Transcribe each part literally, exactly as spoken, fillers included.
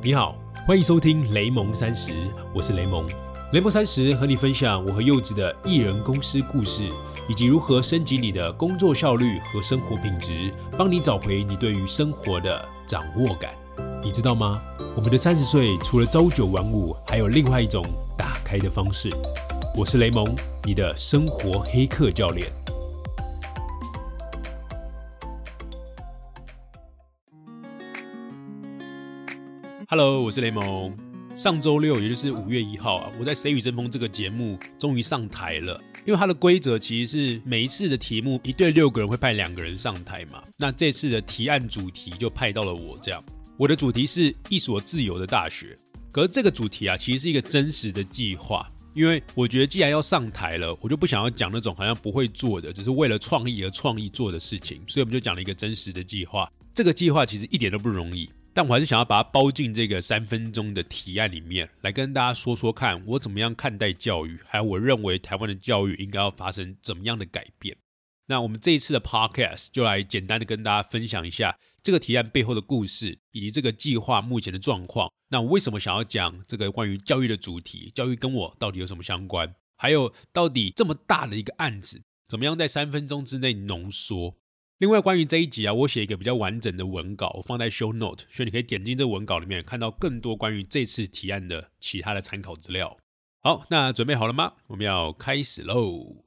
你好，欢迎收听雷蒙三十，我是雷蒙。雷蒙三十和你分享我和柚子的艺人公司故事，以及如何升级你的工作效率和生活品质，帮你找回你对于生活的掌握感。你知道吗？我们的三十岁除了朝九晚五，还有另外一种打开的方式。我是雷蒙，你的生活黑客教练。Hello， 我是雷蒙。上周六，也就是五月一号啊，我在《谁与争锋》这个节目终于上台了。因为它的规则其实是每一次的题目一对六个人会派两个人上台嘛，那这次的提案主题就派到了我这样。我的主题是一所自由的大学，可是这个主题啊，其实是一个真实的计划。因为我觉得既然要上台了，我就不想要讲那种好像不会做的，只是为了创意而创意做的事情，所以我们就讲了一个真实的计划。这个计划其实一点都不容易。但我还是想要把它包进这个三分钟的提案里面，来跟大家说说看我怎么样看待教育，还有我认为台湾的教育应该要发生怎么样的改变。那我们这一次的 podcast 就来简单的跟大家分享一下这个提案背后的故事，以及这个计划目前的状况。那我为什么想要讲这个关于教育的主题，教育跟我到底有什么相关，还有到底这么大的一个案子怎么样在三分钟之内浓缩。另外关于这一集啊，我写一个比较完整的文稿，我放在 show note， 所以你可以点进这个文稿里面看到更多关于这次提案的其他的参考资料。好，那准备好了吗？我们要开始咯。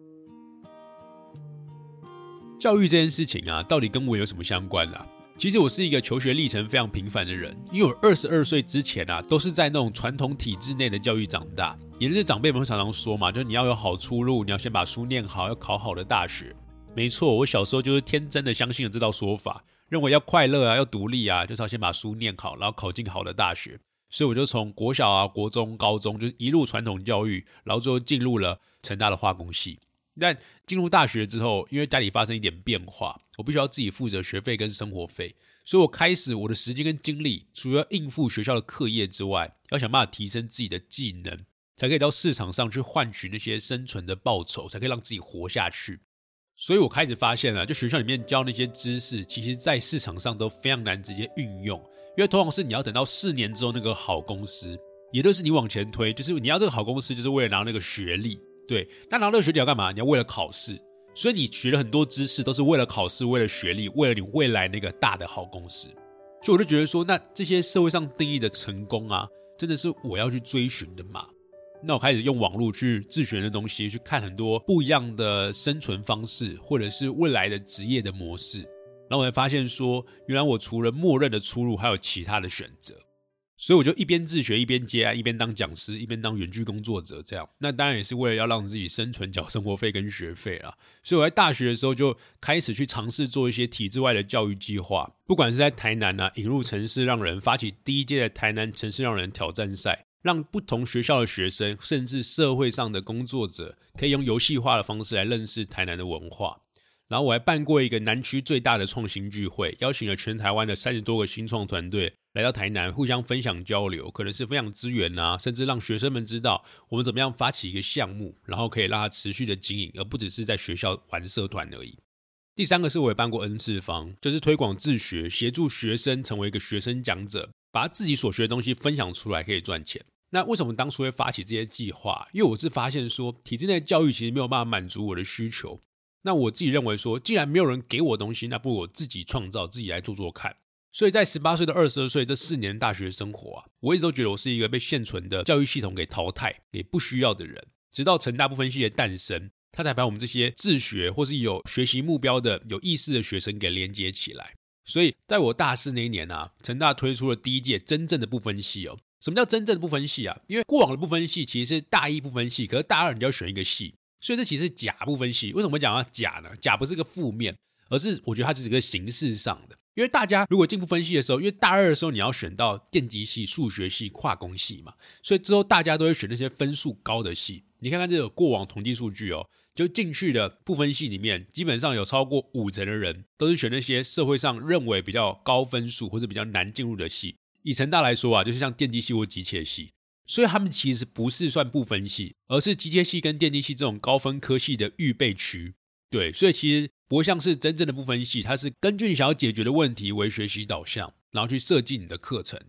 教育这件事情啊，到底跟我有什么相关啊？其实我是一个求学历程非常平凡的人，因为我二十二岁之前啊，都是在那种传统体制内的教育长大，也就是长辈们常常说嘛，就是你要有好出路，你要先把书念好，要考好的大学。没错，我小时候就是天真的相信了这套说法，认为要快乐啊，要独立啊，就是要先把书念好，然后考进好的大学。所以我就从国小啊、国中、高中，就是一路传统教育，然后最后进入了成大的化工系。但进入大学之后，因为家里发生一点变化，我必须要自己负责学费跟生活费，所以我开始我的时间跟精力，除了应付学校的课业之外，要想办法提升自己的技能，才可以到市场上去换取那些生存的报酬，才可以让自己活下去。所以我开始发现啊，就学校里面教那些知识，其实在市场上都非常难直接运用，因为通常是你要等到四年之后那个好公司，也就是你往前推，就是你要这个好公司，就是为了拿到那个学历。对，那拿到那个学历要干嘛？你要为了考试，所以你学了很多知识都是为了考试，为了学历，为了你未来那个大的好公司。所以我就觉得说，那这些社会上定义的成功啊，真的是我要去追寻的吗？那我开始用网络去自学的东西，去看很多不一样的生存方式，或者是未来的职业的模式。然后我才发现说，原来我除了默认的出路，还有其他的选择。所以我就一边自学，一边接案，一边当讲师，一边当远距工作者这样。那当然也是为了要让自己生存，缴生活费跟学费啦。所以我在大学的时候就开始去尝试做一些体制外的教育计划，不管是在台南啊，引入城市让人，发起第一届的台南城市让人挑战赛，让不同学校的学生，甚至社会上的工作者，可以用游戏化的方式来认识台南的文化。然后我还办过一个南区最大的创新聚会，邀请了全台湾的三十多个新创团队来到台南，互相分享交流，可能是分享资源啊，甚至让学生们知道我们怎么样发起一个项目，然后可以让它持续的经营，而不只是在学校玩社团而已。第三个是我也办过 N 次方，就是推广自学，协助学生成为一个学生讲者，把自己所学的东西分享出来，可以赚钱。那为什么当初会发起这些计划？因为我是发现说，体制内的教育其实没有办法满足我的需求。那我自己认为说，既然没有人给我东西，那不如我自己创造，自己来做做看。所以在十八岁到二十二岁这四年大学生活啊，我一直都觉得我是一个被现存的教育系统给淘汰、给不需要的人。直到成大不分系的诞生，他才把我们这些自学或是有学习目标的、有意识的学生给连接起来。所以在我大四那一年啊，成大推出了第一届真正的不分系哦。什么叫真正的不分系啊？因为过往的不分系其实是大一不分系，可是大二你就要选一个系。所以这其实是假不分系。为什么讲到假呢？假不是个负面，而是我觉得它只是个形式上的。因为大家如果进不分系的时候，因为大二的时候你要选到电机系、数学系、化工系嘛，所以之后大家都会选那些分数高的系。你看看这个过往统计数据哦，就进去的不分系里面，基本上有超过五成的人都是选那些社会上认为比较高分数或者比较难进入的系。以成大来说啊，就是像电机系或机械系。所以他们其实不是算不分系，而是机械系跟电机系这种高分科系的预备区。对，所以其实不会像是真正的不分系，它是根据你想要解决的问题为学习导向，然后去设计你的课程的。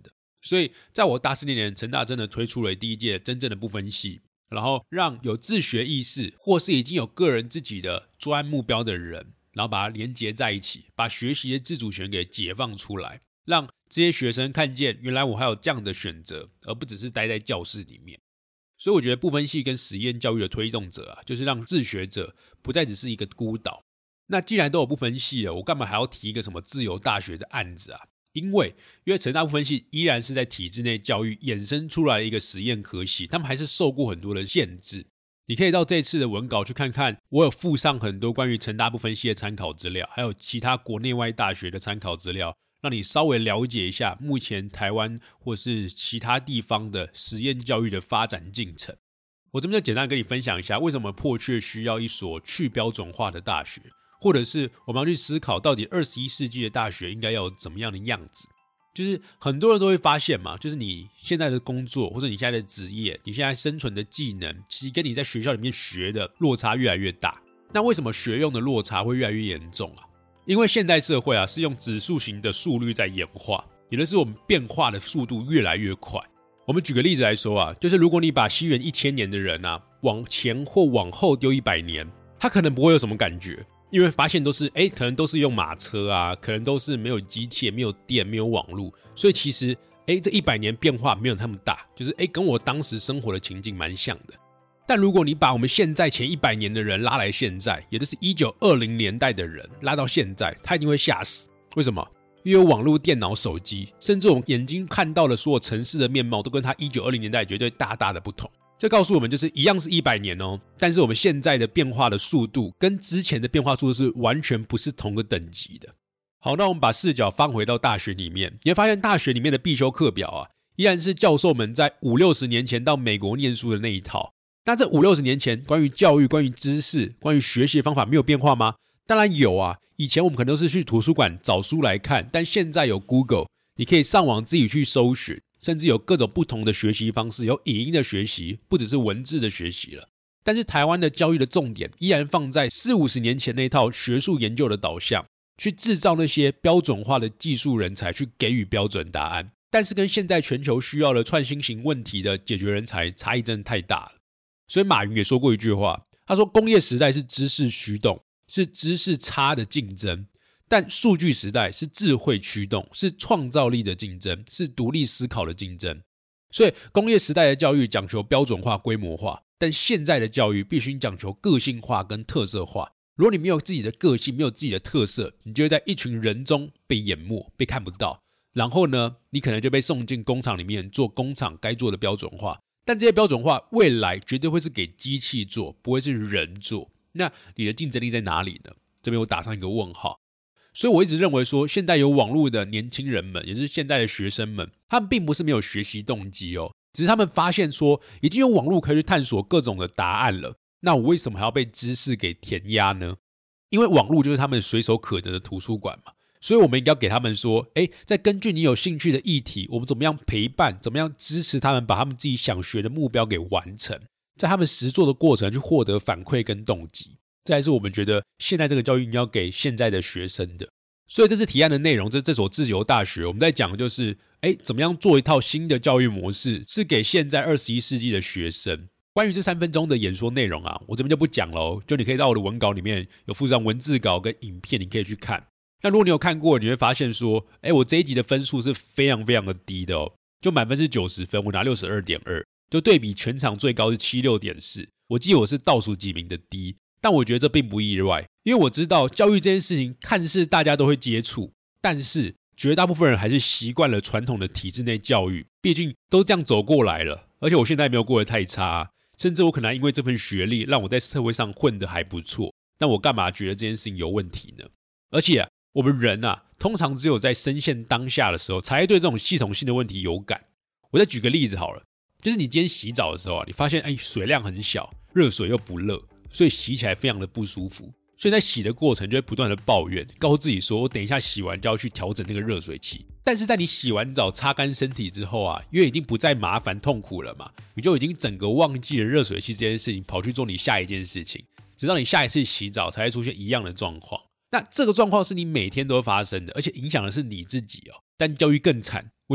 所以在我大四那年，成大真的推出了第一届真正的不分系，然后让有自学意识或是已经有个人自己的专案目标的人，然后把它连结在一起，把学习的自主权给解放出来，让这些学生看见原来我还有这样的选择，而不只是待在教室里面。所以我觉得不分系跟实验教育的推动者啊，就是让自学者不再只是一个孤岛。那既然都有不分系了，我干嘛还要提一个什么自由大学的案子啊？因为因为成大不分系依然是在体制内教育衍生出来的一个实验科系，他们还是受过很多的限制。你可以到这次的文稿去看看，我有附上很多关于成大不分系的参考资料，还有其他国内外大学的参考资料，让你稍微了解一下目前台湾或是其他地方的实验教育的发展进程。我这边就简单跟你分享一下，为什么迫切需要一所去标准化的大学，或者是我们要去思考到底二十一世纪的大学应该要有怎么样的样子。就是很多人都会发现嘛，就是你现在的工作或者你现在的职业，你现在生存的技能，其实跟你在学校里面学的落差越来越大。那为什么学用的落差会越来越严重啊？因为现代社会啊是用指数型的速率在演化，也就是我们变化的速度越来越快。我们举个例子来说啊，就是如果你把西元一千年的人啊往前或往后丢一百年，他可能不会有什么感觉。因为发现都是诶可能都是用马车啊，可能都是没有机械、没有电、没有网络，所以其实诶这一百年变化没有那么大，就是诶跟我当时生活的情境蛮像的。但如果你把我们现在前一百年的人拉来现在，也就是一九二零年代的人拉到现在，他一定会吓死。为什么？因为有网络、电脑、手机，甚至我们眼睛看到的所有城市的面貌都跟他一九二零年代绝对大大的不同。这告诉我们就是一样是一百年哦，但是我们现在的变化的速度跟之前的变化速度是完全不是同个等级的。好，那我们把视角放回到大学里面，你会发现大学里面的必修课表啊，依然是教授们在五六十年前到美国念书的那一套。那这五六十年前关于教育、关于知识、关于学习的方法没有变化吗？当然有啊，以前我们可能都是去图书馆找书来看，但现在有 Google， 你可以上网自己去搜寻，甚至有各种不同的学习方式，有影音的学习，不只是文字的学习了。但是台湾的教育的重点依然放在四五十年前那套学术研究的导向，去制造那些标准化的技术人才，去给予标准答案。但是跟现在全球需要的创新型问题的解决人才差异真的太大了。所以马云也说过一句话，他说工业时代是知识驱动，是知识差的竞争，但数据时代是智慧驱动，是创造力的竞争，是独立思考的竞争。所以工业时代的教育讲求标准化、规模化，但现在的教育必须讲求个性化跟特色化。如果你没有自己的个性，没有自己的特色，你就会在一群人中被淹没，被看不到。然后呢，你可能就被送进工厂里面做工厂该做的标准化。但这些标准化未来绝对会是给机器做，不会是人做。那你的竞争力在哪里呢？这边我打上一个问号。所以我一直认为说，现在有网络的年轻人们，也就是现在的学生们，他们并不是没有学习动机哦，只是他们发现说，已经有网络可以去探索各种的答案了。那我为什么还要被知识给填压呢？因为网络就是他们随手可得的图书馆嘛。所以我们应该要给他们说，诶，再根据你有兴趣的议题，我们怎么样陪伴，怎么样支持他们把他们自己想学的目标给完成，在他们实作的过程去获得反馈跟动机。这还是我们觉得现在这个教育应该要给现在的学生的。所以这次提案的内容，这这所自由大学，我们在讲的就是诶，怎么样做一套新的教育模式，是给现在二十一世纪的学生。关于这三分钟的演说内容啊，我这边就不讲了，就你可以到我的文稿里面有附上文字稿跟影片，你可以去看。那如果你有看过，你会发现说，哎，我这一集的分数是非常非常的低的哦，就满分是九十分，我拿 六十二点二， 就对比全场最高是 七十六点四， 我记得我是倒数几名的低，但我觉得这并不意外，因为我知道教育这件事情看似大家都会接触，但是绝大部分人还是习惯了传统的体制内教育，毕竟都这样走过来了，而且我现在没有过得太差，甚至我可能因为这份学历让我在社会上混得还不错，那我干嘛觉得这件事情有问题呢？而且啊，我们人啊，通常只有在深陷当下的时候，才会对这种系统性的问题有感。我再举个例子好了，就是你今天洗澡的时候啊，你发现哎水量很小，热水又不热，所以洗起来非常的不舒服。所以在洗的过程就会不断的抱怨，告诉自己说，我等一下洗完就要去调整那个热水器。但是在你洗完澡擦干身体之后啊，因为已经不再麻烦痛苦了嘛，你就已经整个忘记了热水器这件事情，跑去做你下一件事情，直到你下一次洗澡才会出现一样的状况。那这个状况是你每天都会发生的，而且影响的是你自己哦。但教育更惨，为什么？因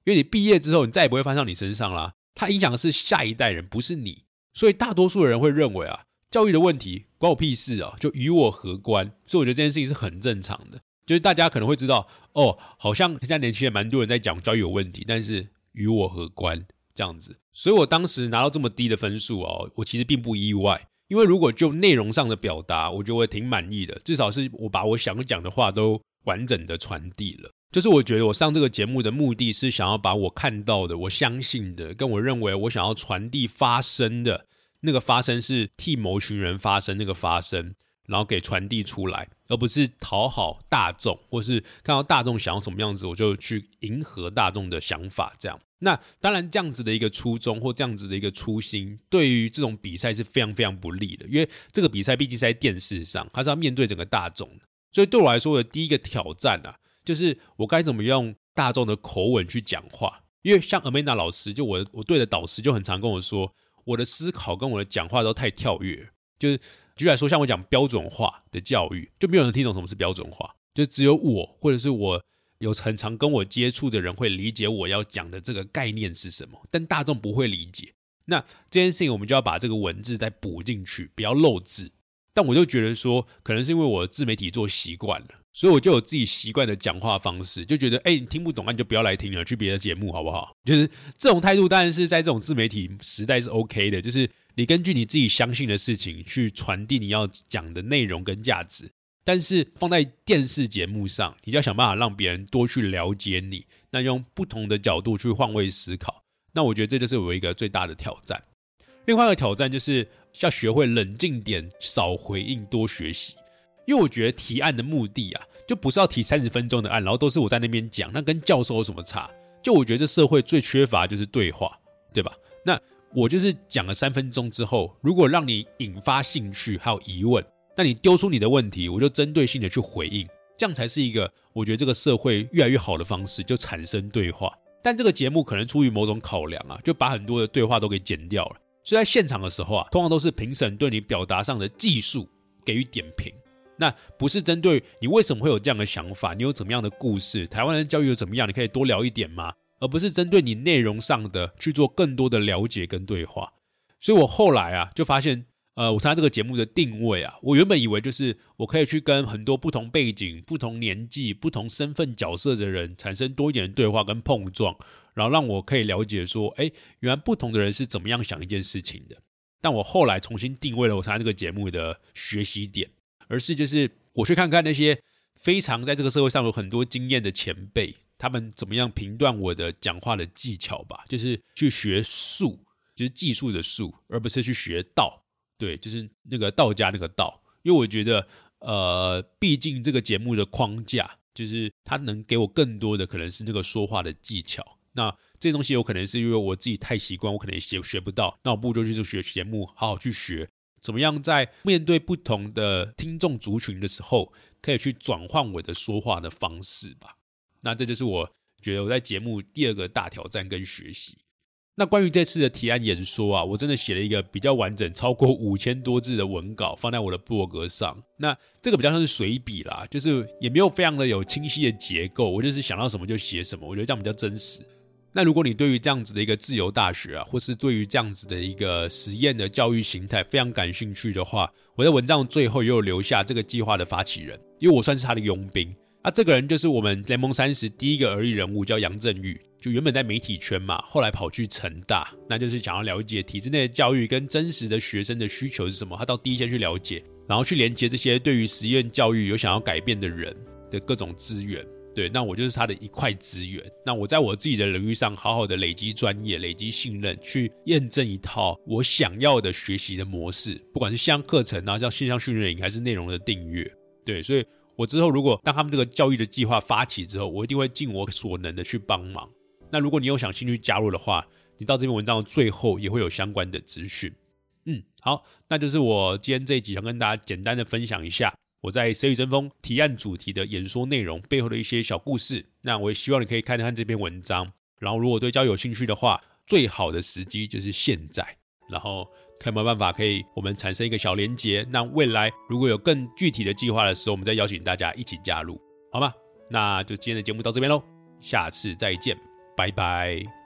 因为你毕业之后你再也不会翻上你身上啦，它影响的是下一代人，不是你。所以大多数的人会认为啊，教育的问题关我屁事啊，就与我何关。所以我觉得这件事情是很正常的，就是大家可能会知道哦，好像现在年轻人蛮多人在讲教育有问题，但是与我何关这样子。所以我当时拿到这么低的分数哦，我其实并不意外，因为如果就内容上的表达，我觉得我挺满意的，至少是我把我想讲的话都完整的传递了。就是我觉得我上这个节目的目的是想要把我看到的、我相信的，跟我认为我想要传递发声的那个发声是替某群人发声那个发声，然后给传递出来，而不是讨好大众，或是看到大众想要什么样子我就去迎合大众的想法这样。那当然这样子的一个初衷或这样子的一个初心，对于这种比赛是非常非常不利的，因为这个比赛毕竟是在电视上，它是要面对整个大众的。所以对我来说的第一个挑战啊，就是我该怎么用大众的口吻去讲话。因为像 Amanda 老师，就我我对的导师就很常跟我说，我的思考跟我的讲话都太跳跃。就是举例来说，像我讲标准化的教育，就没有人听懂什么是标准化，就只有我或者是我有很常跟我接触的人会理解我要讲的这个概念是什么，但大众不会理解。那这件事情我们就要把这个文字再补进去，不要漏字。但我就觉得说，可能是因为我自媒体做习惯了，所以我就有自己习惯的讲话方式，就觉得哎、欸，你听不懂那你就不要来听了，去别的节目好不好？就是这种态度当然是在这种自媒体时代是 OK 的，就是你根据你自己相信的事情去传递你要讲的内容跟价值。但是放在电视节目上，你就要想办法让别人多去了解你，那用不同的角度去换位思考。那我觉得这就是我一个最大的挑战。另外一个挑战就是要学会冷静点，少回应，多学习。因为我觉得提案的目的啊，就不是要提三十分钟的案，然后都是我在那边讲，那跟教授有什么差？就我觉得这社会最缺乏就是对话，对吧？那我就是讲了三分钟之后，如果让你引发兴趣还有疑问，那你丢出你的问题，我就针对性的去回应，这样才是一个我觉得这个社会越来越好的方式，就产生对话。但这个节目可能出于某种考量啊，就把很多的对话都给剪掉了。所以在现场的时候啊，通常都是评审对你表达上的技术给予点评，那不是针对你为什么会有这样的想法，你有怎么样的故事，台湾的教育有怎么样，你可以多聊一点吗？而不是针对你内容上的去做更多的了解跟对话。所以我后来啊就发现，呃，我参加这个节目的定位啊，我原本以为就是我可以去跟很多不同背景、不同年纪、不同身份角色的人产生多一点的对话跟碰撞，然后让我可以了解说，哎，原来不同的人是怎么样想一件事情的。但我后来重新定位了我参加这个节目的学习点，而是就是我去看看那些非常在这个社会上有很多经验的前辈，他们怎么样评断我的讲话的技巧吧，就是去学术，就是技术的术，而不是去学道。对，就是那个道家那个道。因为我觉得呃，毕竟这个节目的框架就是它能给我更多的可能是那个说话的技巧。那这些东西有可能是因为我自己太习惯，我可能也 学, 学不到，那我不如就去做学节目，好好去学怎么样在面对不同的听众族群的时候，可以去转换我的说话的方式吧。那这就是我觉得我在节目第二个大挑战跟学习。那关于这次的提案演说啊，我真的写了一个比较完整，超过五千多字的文稿放在我的部落格上。那这个比较像是随笔啦，就是也没有非常的有清晰的结构，我就是想到什么就写什么，我觉得这样比较真实。那如果你对于这样子的一个自由大学啊，或是对于这样子的一个实验的教育形态非常感兴趣的话，我在文章最后也有留下这个计划的发起人，因为我算是他的佣兵。啊，这个人就是我们联盟三十第一个而立人物，叫杨振宇，就原本在媒体圈嘛，后来跑去成大，那就是想要了解体制内的教育跟真实的学生的需求是什么，他到第一线去了解，然后去连接这些对于实验教育有想要改变的人的各种资源。对，那我就是他的一块资源。那我在我自己的领域上好好的累积专业，累积信任，去验证一套我想要的学习的模式，不管是线上课程啊，像线上训练营，还是内容的订阅。对，所以我之后如果当他们这个教育的计划发起之后，我一定会尽我所能的去帮忙。那如果你有想兴趣加入的话，你到这篇文章的最后也会有相关的资讯。嗯，好，那就是我今天这一集想跟大家简单的分享一下我在谁与争锋提案主题的演说内容背后的一些小故事。那我也希望你可以看看这篇文章，然后如果对教育有兴趣的话，最好的时机就是现在，然后看有没有办法可以我们产生一个小连结，那未来如果有更具体的计划的时候，我们再邀请大家一起加入，好吗？那就今天的节目到这边咯，下次再见， 拜拜。